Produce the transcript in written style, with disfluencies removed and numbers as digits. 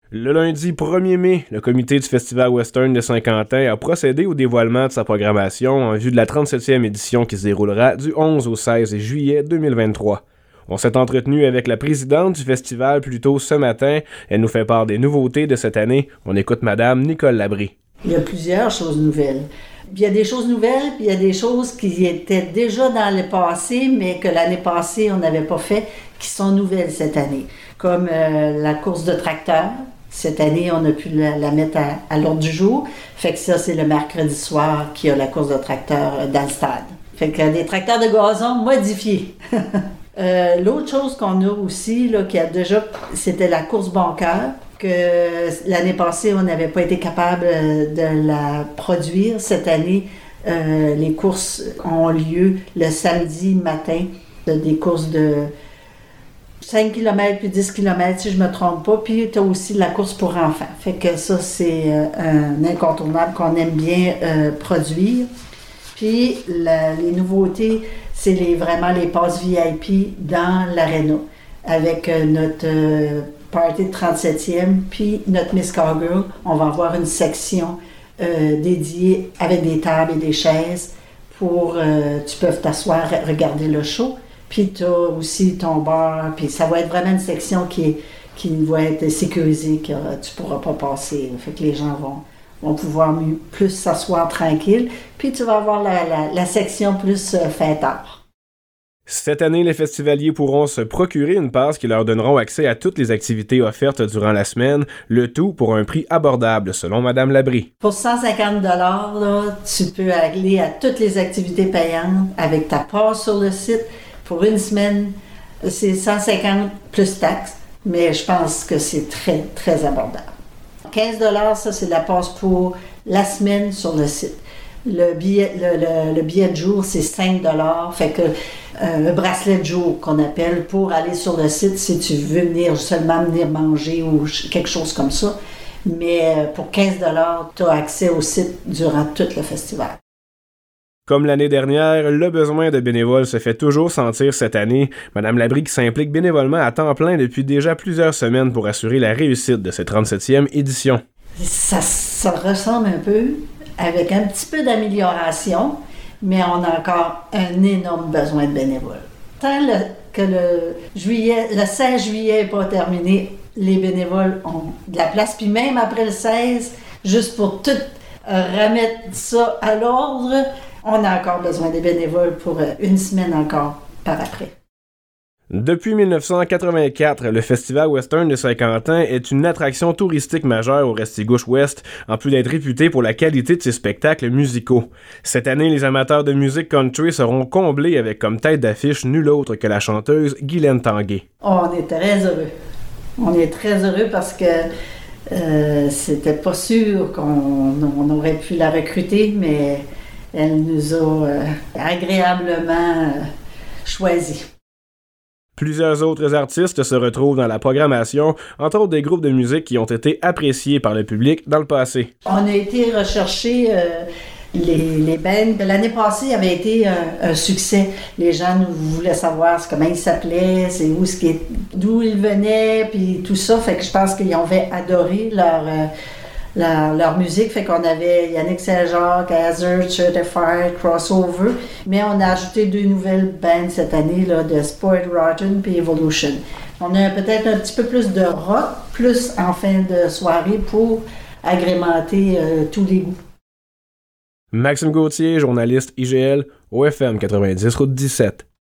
Le lundi 1er mai, le comité du Festival Western de Saint-Quentin a procédé au dévoilement de sa programmation en vue de la 37e édition qui se déroulera du 11 au 16 juillet 2023. On s'est entretenu avec la présidente du festival plus tôt ce matin. Elle nous fait part des nouveautés de cette année. On écoute Madame Nicole Labrie. Il y a plusieurs choses nouvelles. Il y a des choses nouvelles, puis il y a des choses qui étaient déjà dans le passé, mais que l'année passée, on n'avait pas fait, qui sont nouvelles cette année. Comme la course de tracteurs. Cette année, on a pu la mettre à l'ordre du jour. Fait que ça, c'est le mercredi soir qu'il y a la course de tracteurs dans le stade. Fait que des tracteurs de gazon modifiés. L'autre chose qu'on a aussi, là, qui a déjà, c'était la course Bon Cœur, que l'année passée, on n'avait pas été capable de la produire. Cette année, les courses ont lieu le samedi matin, des courses de 5 km puis 10 km, si je ne me trompe pas. Puis tu as aussi la course pour enfants. Fait que ça, c'est un incontournable qu'on aime bien produire. Puis les nouveautés, c'est vraiment les passes VIP dans l'aréna, avec notre party de 37e, puis notre Miss Cowgirl. On va avoir une section dédiée avec des tables et des chaises pour tu peux t'asseoir, regarder le show. Puis tu as aussi ton bar, puis ça va être vraiment une section qui va être sécurisée, que tu ne pourras pas passer. Fait que les gens vont pouvoir plus s'asseoir tranquille. Puis tu vas avoir la section plus fêtard. Cette année, les festivaliers pourront se procurer une passe qui leur donneront accès à toutes les activités offertes durant la semaine, le tout pour un prix abordable, selon Madame Labrie. Pour 150 $, là, tu peux aller à toutes les activités payantes avec ta passe sur le site. Pour une semaine, c'est 150 plus taxes, mais je pense que c'est très, très abordable. 15 $, ça, c'est la passe pour la semaine sur le site. Le billet de jour, c'est 5 $. Fait que un bracelet de jour qu'on appelle pour aller sur le site si tu veux seulement venir manger ou quelque chose comme ça. Mais pour 15 $, tu as accès au site durant tout le festival. Comme l'année dernière, le besoin de bénévoles se fait toujours sentir cette année. Madame Labrie qui s'implique bénévolement à temps plein depuis déjà plusieurs semaines pour assurer la réussite de cette 37e édition. Ça ressemble un peu, avec un petit peu d'amélioration, mais on a encore un énorme besoin de bénévoles. Tant que le 16 juillet n'est pas terminé, les bénévoles ont de la place, puis même après le 16, juste pour tout remettre ça à l'ordre, on a encore besoin des bénévoles pour une semaine encore par après. Depuis 1984, le Festival Western de Saint-Quentin est une attraction touristique majeure au Restigouche-Ouest, en plus d'être réputé pour la qualité de ses spectacles musicaux. Cette année, les amateurs de musique country seront comblés avec comme tête d'affiche nul autre que la chanteuse Guylaine Tanguay. On est très heureux. On est très heureux parce que c'était pas sûr qu'on aurait pu la recruter, mais elle nous a agréablement choisis. Plusieurs autres artistes se retrouvent dans la programmation, entre autres des groupes de musique qui ont été appréciés par le public dans le passé. On a été rechercher les bands. L'année passée avait été un succès. Les gens voulaient savoir comment ils s'appelaient, d'où ils venaient, puis tout ça. Fait que je pense qu'ils avaient adoré leur musique. Fait qu'on avait Yannick Saint-Jacques, Hazard, Certified, Crossover, mais on a ajouté 2 nouvelles bandes cette année, là, de Spoiled Rotten puis Evolution. On a peut-être un petit peu plus de rock, plus en fin de soirée pour agrémenter tous les goûts. Maxime Gauthier, journaliste IGL, OFM 90 Route 17.